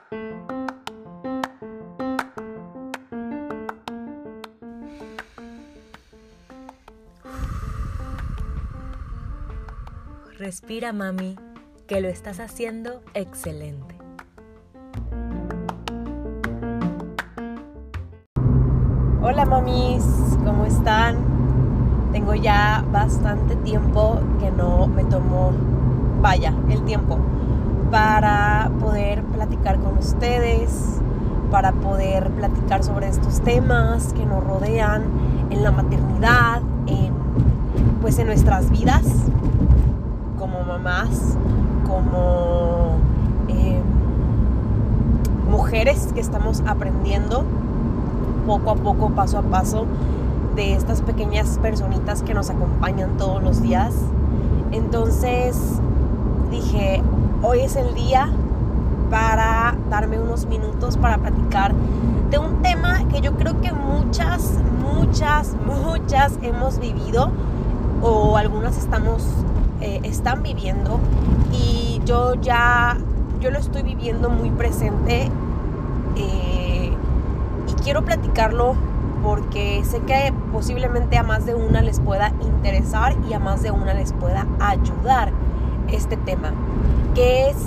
Respira, mami, que lo estás haciendo excelente. Hola, mamis, ¿cómo están? Tengo ya bastante tiempo que no me tomo, el tiempo para poder platicar con ustedes, para poder platicar sobre estos temas que nos rodean en la maternidad, en nuestras vidas como mamás, como mujeres que estamos aprendiendo poco a poco, paso a paso, de estas pequeñas personitas que nos acompañan todos los días. Entonces dije, hoy es el día para darme unos minutos para platicar de un tema que yo creo que muchas hemos vivido, o algunas están viviendo, y yo lo estoy viviendo muy presente, y quiero platicarlo porque sé que posiblemente a más de una les pueda interesar y a más de una les pueda ayudar este tema, que es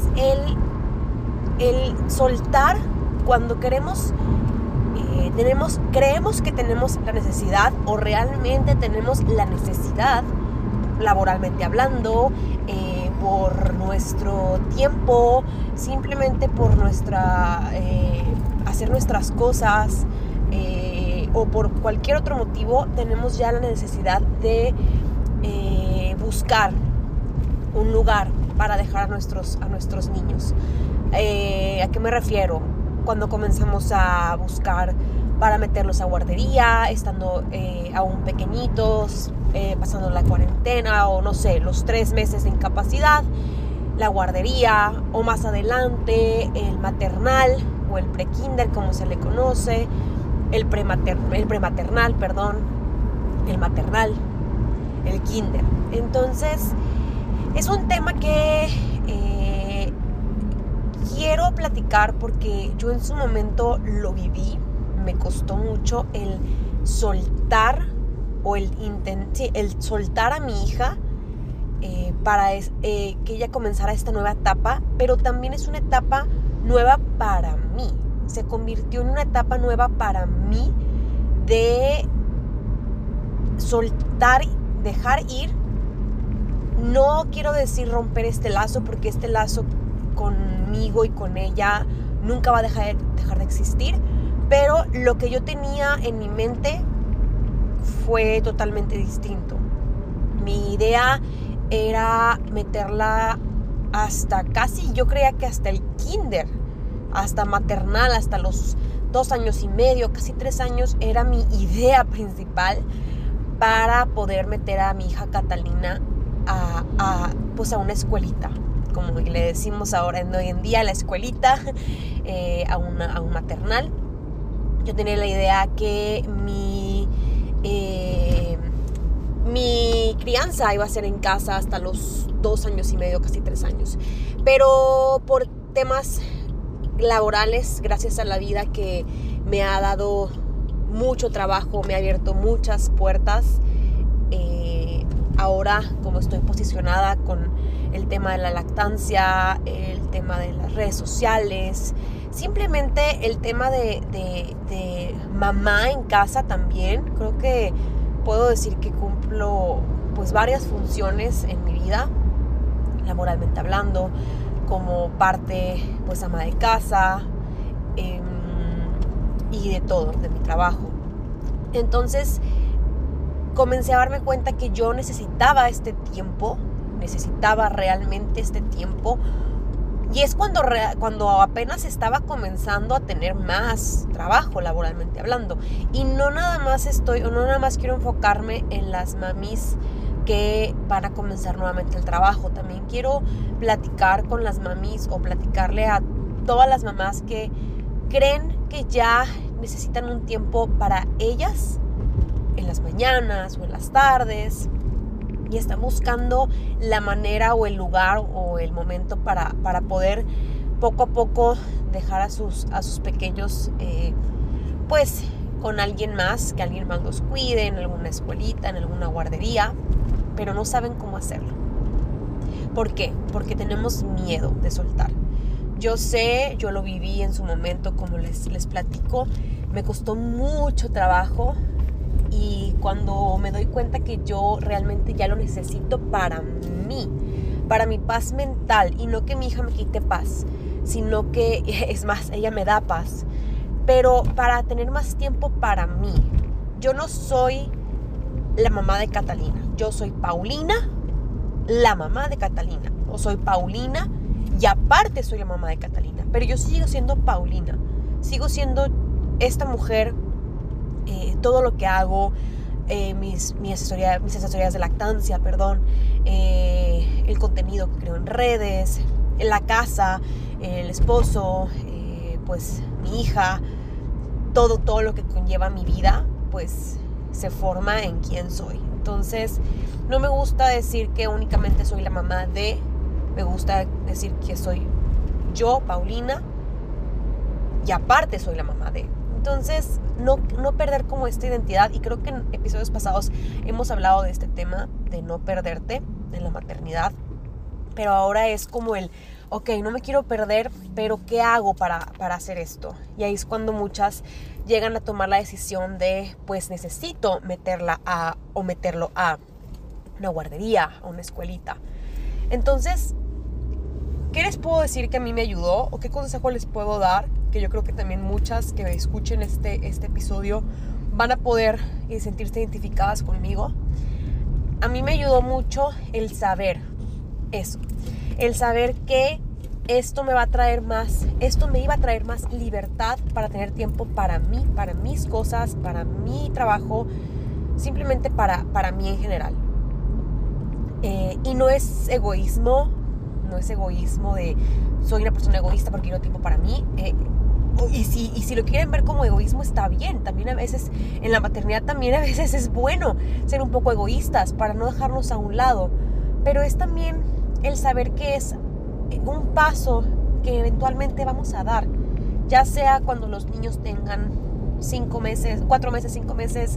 el soltar cuando creemos que tenemos la necesidad, o realmente tenemos la necesidad, laboralmente hablando, por nuestro tiempo, simplemente por hacer nuestras cosas, o por cualquier otro motivo, tenemos ya la necesidad de buscar un lugar para dejar a nuestros niños. ¿A qué me refiero? Cuando comenzamos a buscar para meterlos a guardería, estando aún pequeñitos, pasando la cuarentena, o no sé, los 3 meses de incapacidad, la guardería, o más adelante el maternal o el prekinder, como se le conoce, el prematernal, el maternal, el kinder. Entonces, es un tema que quiero platicar porque yo en su momento lo viví. Me costó mucho el soltar, o el soltar a mi hija para que ella comenzara esta nueva etapa, pero también es una etapa nueva para mí. Se convirtió en una etapa nueva para mí de soltar, dejar ir. No quiero decir romper este lazo, porque este lazo conmigo y con ella nunca va a dejar de existir, pero lo que yo tenía en mi mente fue totalmente distinto. Mi idea era meterla hasta casi, yo creía que hasta el kinder, hasta maternal, hasta los 2 años y medio, casi 3 años, era mi idea principal para poder meter a mi hija Catalina a una escuelita, como le decimos ahora hoy en día, la escuelita, a un maternal. Yo tenía la idea que mi crianza iba a ser en casa hasta los 2 años y medio, casi 3 años. Pero por temas laborales, gracias a la vida que me ha dado mucho trabajo, me ha abierto muchas puertas. Ahora, como estoy posicionada con el tema de la lactancia, el tema de las redes sociales, simplemente el tema de mamá en casa también, creo que puedo decir que cumplo varias funciones en mi vida, laboralmente hablando, como parte ama de casa, y de todo, de mi trabajo. Entonces comencé a darme cuenta que yo necesitaba realmente este tiempo. Y es cuando apenas estaba comenzando a tener más trabajo, laboralmente hablando. Y no nada más quiero enfocarme en las mamis que van a comenzar nuevamente el trabajo. También quiero platicar con las mamis, o platicarle a todas las mamás que creen que ya necesitan un tiempo para ellas, en las mañanas o en las tardes, y están buscando la manera o el lugar o el momento para poder poco a poco dejar a sus pequeños pues con alguien más, que alguien más los cuide en alguna escuelita, en alguna guardería, pero no saben cómo hacerlo. ¿Por qué? Porque tenemos miedo de soltar. Yo sé, yo lo viví en su momento, como les platico, me costó mucho trabajo, y cuando me doy cuenta que yo realmente ya lo necesito para mí, para mi paz mental, y no que mi hija me quite paz, sino que, es más, ella me da paz, pero para tener más tiempo para mí. Yo no soy la mamá de Catalina, yo soy Paulina, la mamá de Catalina, o soy Paulina y aparte soy la mamá de Catalina, pero yo sigo siendo Paulina, sigo siendo esta mujer. Todo lo que hago, mis asesorías de lactancia, el contenido que creo en redes, la casa, el esposo, pues mi hija, todo lo que conlleva mi vida, pues se forma en quién soy. Entonces, no me gusta decir que únicamente soy la mamá de, me gusta decir que soy yo, Paulina, y aparte soy la mamá de. Entonces, no perder como esta identidad, y creo que en episodios pasados hemos hablado de este tema de no perderte en la maternidad, pero ahora es como no me quiero perder, pero ¿qué hago para hacer esto? Y ahí es cuando muchas llegan a tomar la decisión de, pues necesito meterlo a una guardería, a una escuelita. Entonces, ¿qué les puedo decir que a mí me ayudó? ¿O qué consejo les puedo dar? Que yo creo que también muchas que escuchen este episodio van a poder sentirse identificadas conmigo. A mí me ayudó mucho el saber eso. El saber que esto me iba a traer más libertad para tener tiempo para mí, para mis cosas, para mi trabajo, simplemente para mí en general. Y no es egoísmo de soy una persona egoísta porque quiero tiempo para mí. Y si lo quieren ver como egoísmo, está bien. También a veces, en la maternidad también a veces es bueno ser un poco egoístas para no dejarnos a un lado. Pero es también el saber que es un paso que eventualmente vamos a dar. Ya sea cuando los niños tengan 5 meses, 4 meses, 5 meses,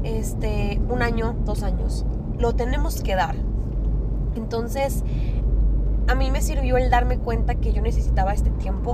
1 año, 2 años. Lo tenemos que dar. Entonces, a mí me sirvió el darme cuenta que yo necesitaba este tiempo.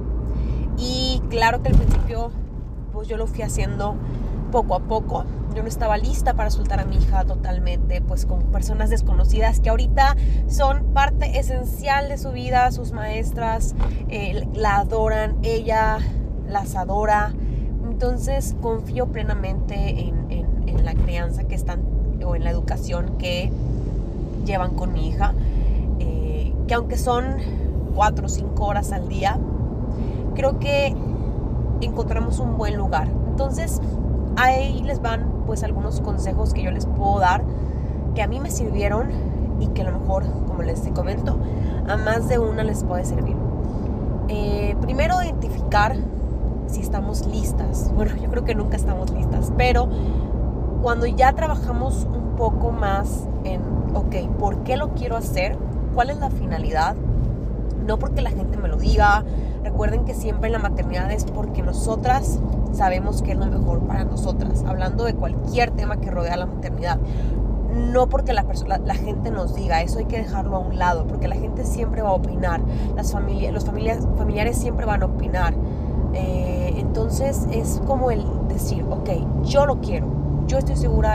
Y claro que al principio pues yo lo fui haciendo poco a poco. Yo no estaba lista para soltar a mi hija totalmente, pues con personas desconocidas que ahorita son parte esencial de su vida. Sus maestras la adoran, ella las adora. Entonces confío plenamente en la crianza que están, o en la educación que llevan con mi hija, que aunque son 4 o 5 horas al día, creo que encontramos un buen lugar. Entonces, ahí les van pues algunos consejos que yo les puedo dar, que a mí me sirvieron y que a lo mejor, como les comento, a más de una les puede servir. Primero, identificar si estamos listas. Bueno, yo creo que nunca estamos listas, pero cuando ya trabajamos un poco más en, ¿por qué lo quiero hacer? ¿Cuál es la finalidad? No porque la gente me lo diga. Recuerden que siempre en la maternidad es porque nosotras sabemos qué es lo mejor para nosotras, hablando de cualquier tema que rodea la maternidad. No porque la gente nos diga, eso hay que dejarlo a un lado, porque la gente siempre va a opinar, los familiares siempre van a opinar. Entonces es como el decir, yo lo quiero, yo estoy segura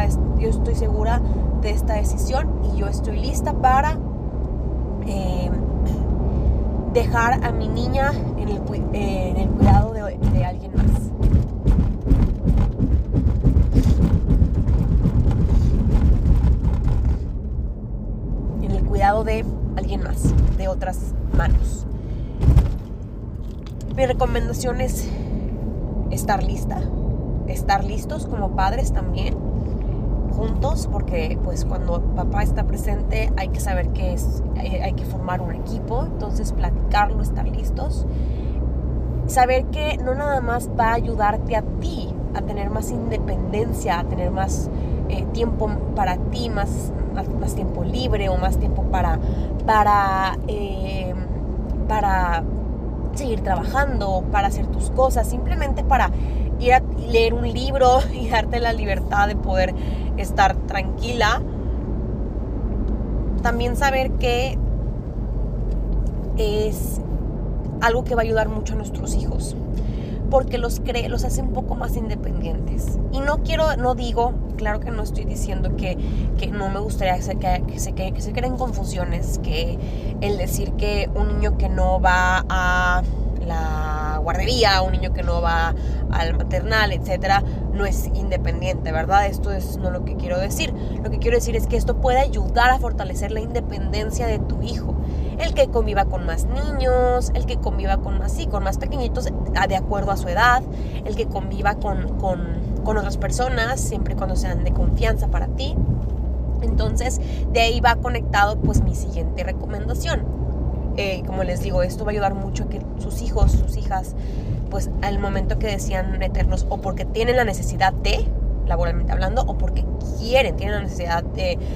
de esta decisión y yo estoy lista para dejar a mi niña en el cuidado de alguien más. En el cuidado de alguien más, de otras manos. Mi recomendación es estar listos como padres también, juntos, porque pues cuando papá está presente hay que saber que hay que formar un equipo. Entonces platicarlo, estar listos, saber que no nada más va a ayudarte a ti a tener más independencia, a tener más tiempo para ti, más tiempo libre, o más tiempo para seguir trabajando, para hacer tus cosas, simplemente para ir a leer un libro y darte la libertad de poder estar tranquila. También saber que es algo que va a ayudar mucho a nuestros hijos, porque los hace un poco más independientes. Y no digo, claro que no estoy diciendo que no me gustaría que se creen confusiones, que el decir que un niño que no va a la guardería, un niño que no va al maternal, etcétera, no es independiente, ¿verdad? Esto es no lo que quiero decir. Lo que quiero decir es que esto puede ayudar a fortalecer la independencia de tu hijo. El que conviva con más niños, el que conviva con más pequeñitos de acuerdo a su edad, el que conviva con otras personas, siempre y cuando sean de confianza para ti. Entonces, de ahí va conectado pues mi siguiente recomendación. Como les digo, esto va a ayudar mucho a que sus hijos, sus hijas, pues al momento que decidan meterlos, o porque tienen la necesidad de, laboralmente hablando, o porque tienen la necesidad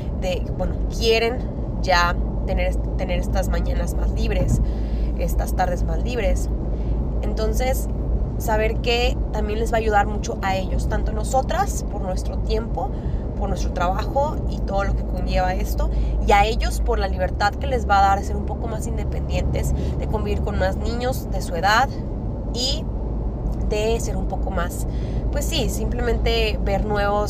quieren ya tener estas mañanas más libres, estas tardes más libres. Entonces, saber que también les va a ayudar mucho a ellos, tanto a nosotras por nuestro tiempo, por nuestro trabajo y todo lo que conlleva esto, y a ellos por la libertad que les va a dar de ser un poco más independientes, de convivir con más niños de su edad y de ser un poco más, pues sí, simplemente ver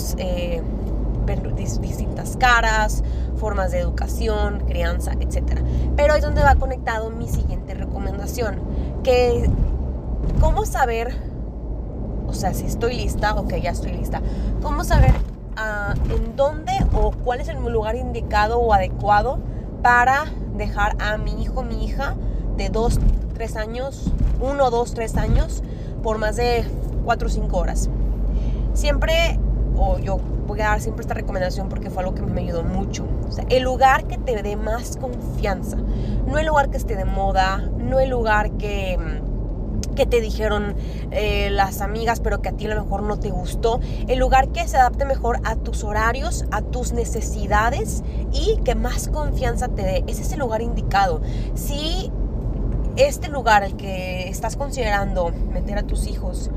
ver distintas caras, formas de educación, crianza, etc. Pero ahí es donde va conectado mi siguiente recomendación, que cómo saber, o sea, si estoy lista, ok, ya estoy lista, cómo saber en dónde o cuál es el lugar indicado o adecuado para dejar a mi hijo, mi hija de 2, 3 años, 1, 2, 3 años, por más de 4 o 5 horas. Siempre, yo voy a dar siempre esta recomendación porque fue algo que me ayudó mucho. O sea, el lugar que te dé más confianza, no el lugar que esté de moda, no el lugar que te dijeron las amigas, pero que a ti a lo mejor no te gustó. El lugar que se adapte mejor a tus horarios, a tus necesidades y que más confianza te dé. Ese es el lugar indicado. Si este lugar, el que estás considerando meter a tus hijos,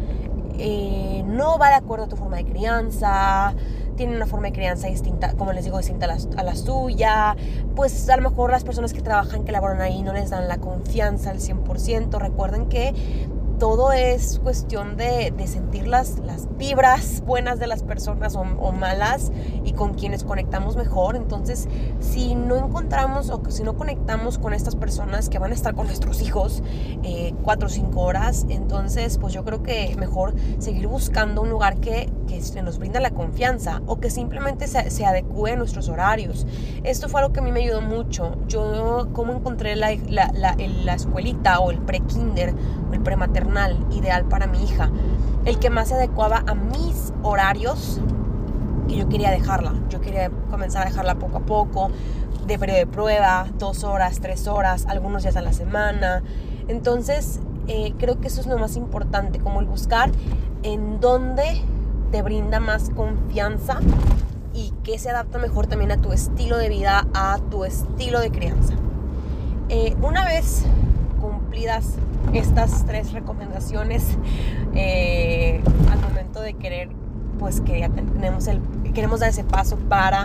no va de acuerdo a tu forma de crianza, tiene una forma de crianza distinta, como les digo, distinta a la suya, pues a lo mejor las personas que trabajan, que laboran ahí, no les dan la confianza al 100%. Recuerden que todo es cuestión de sentir las vibras buenas de las personas o malas, y con quienes conectamos mejor. Entonces, si no encontramos o si no conectamos con estas personas que van a estar con nuestros hijos 4 o 5 horas, entonces pues yo creo que mejor seguir buscando un lugar que se nos brinda la confianza, o que simplemente se adecue a nuestros horarios. Esto fue algo que a mí me ayudó mucho. Yo, como encontré la escuelita o el pre-kinder o el prematernal ideal para mi hija, el que más se adecuaba a mis horarios, que yo quería dejarla. Yo quería comenzar a dejarla poco a poco, de periodo de prueba, 2 horas, 3 horas, algunos días a la semana. Entonces, creo que eso es lo más importante, como el buscar en dónde te brinda más confianza y que se adapta mejor también a tu estilo de vida, a tu estilo de crianza. Una vez cumplidas estas 3 recomendaciones, al momento de querer, pues que ya queremos dar ese paso para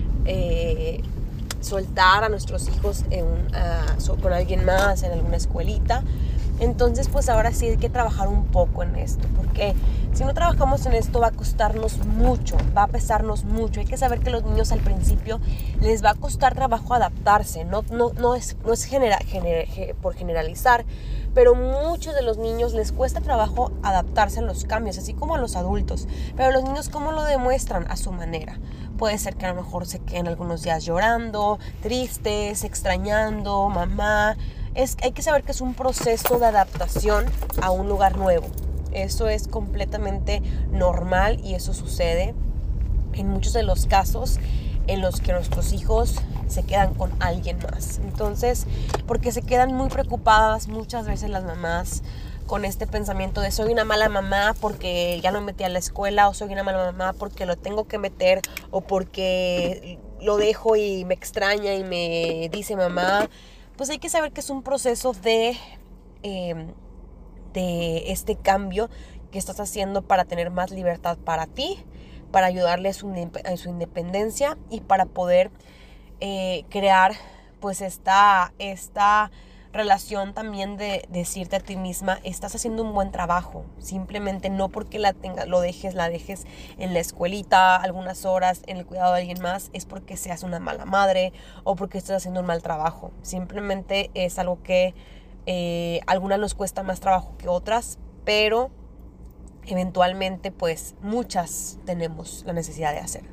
soltar a nuestros hijos con alguien más en alguna escuelita. Entonces, pues ahora sí hay que trabajar un poco en esto, porque si no trabajamos en esto va a costarnos mucho, va a pesarnos mucho. Hay que saber que los niños al principio les va a costar trabajo adaptarse, no es por generalizar, pero muchos de los niños les cuesta trabajo adaptarse a los cambios, así como a los adultos. Pero los niños, ¿cómo lo demuestran? A su manera. Puede ser que a lo mejor se queden algunos días llorando, tristes, extrañando, mamá. Hay que saber que es un proceso de adaptación a un lugar nuevo. Eso es completamente normal y eso sucede en muchos de los casos en los que nuestros hijos se quedan con alguien más. Entonces, porque se quedan muy preocupadas muchas veces las mamás con este pensamiento de soy una mala mamá porque ya no me metí a la escuela, o soy una mala mamá porque lo tengo que meter, o porque lo dejo y me extraña y me dice mamá. Pues hay que saber que es un proceso de de este cambio que estás haciendo para tener más libertad para ti, para ayudarle a su independencia y para poder crear pues esta relación también de decirte a ti misma, estás haciendo un buen trabajo. Simplemente no porque la dejes en la escuelita algunas horas en el cuidado de alguien más, es porque seas una mala madre o porque estás haciendo un mal trabajo. Simplemente es algo que algunas nos cuesta más trabajo que otras, pero eventualmente pues muchas tenemos la necesidad de hacer.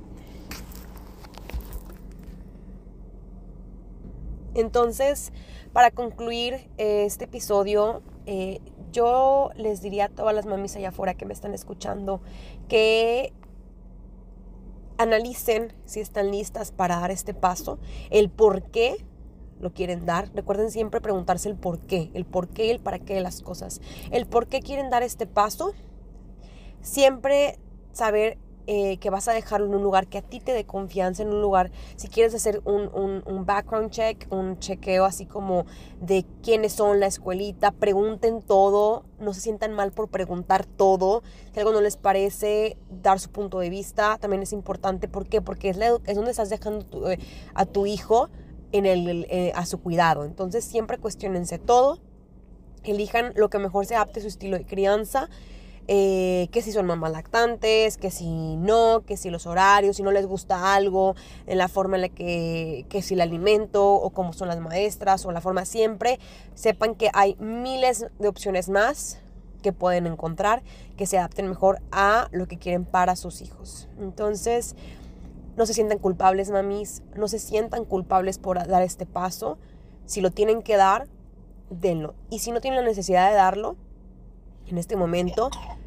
Entonces, para concluir este episodio, yo les diría a todas las mamis allá afuera que me están escuchando que analicen si están listas para dar este paso, el por qué lo quieren dar. Recuerden siempre preguntarse el por qué y el para qué de las cosas. El por qué quieren dar este paso. Siempre saber que vas a dejarlo en un lugar que a ti te dé confianza, en un lugar, si quieres hacer un background check, un chequeo así como de quiénes son, la escuelita, pregunten todo, no se sientan mal por preguntar todo, si algo no les parece, dar su punto de vista, también es importante. ¿Por qué? Porque es donde estás dejando a tu hijo a su cuidado. Entonces siempre cuestionense todo, elijan lo que mejor se adapte a su estilo de crianza. Que si son mamás lactantes, que si no, que si los horarios, si no les gusta algo, en la forma en la que si el alimento o cómo son las maestras o la forma, siempre sepan que hay miles de opciones más que pueden encontrar que se adapten mejor a lo que quieren para sus hijos. Entonces, no se sientan culpables, mamis, no se sientan culpables por dar este paso. Si lo tienen que dar, denlo. Y si no tienen la necesidad de darlo, en este momento,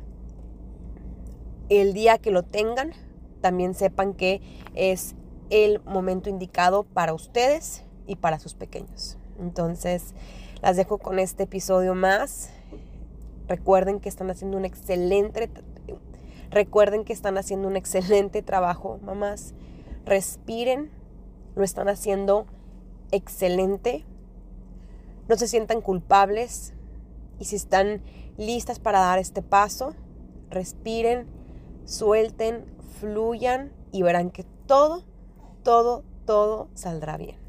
el día que lo tengan, también sepan que es el momento indicado para ustedes y para sus pequeños. Entonces, las dejo con este episodio más. Recuerden que están haciendo un excelente trabajo, mamás. Respiren, lo están haciendo excelente. No se sientan culpables. Y si están listas para dar este paso, respiren, suelten, fluyan y verán que todo saldrá bien.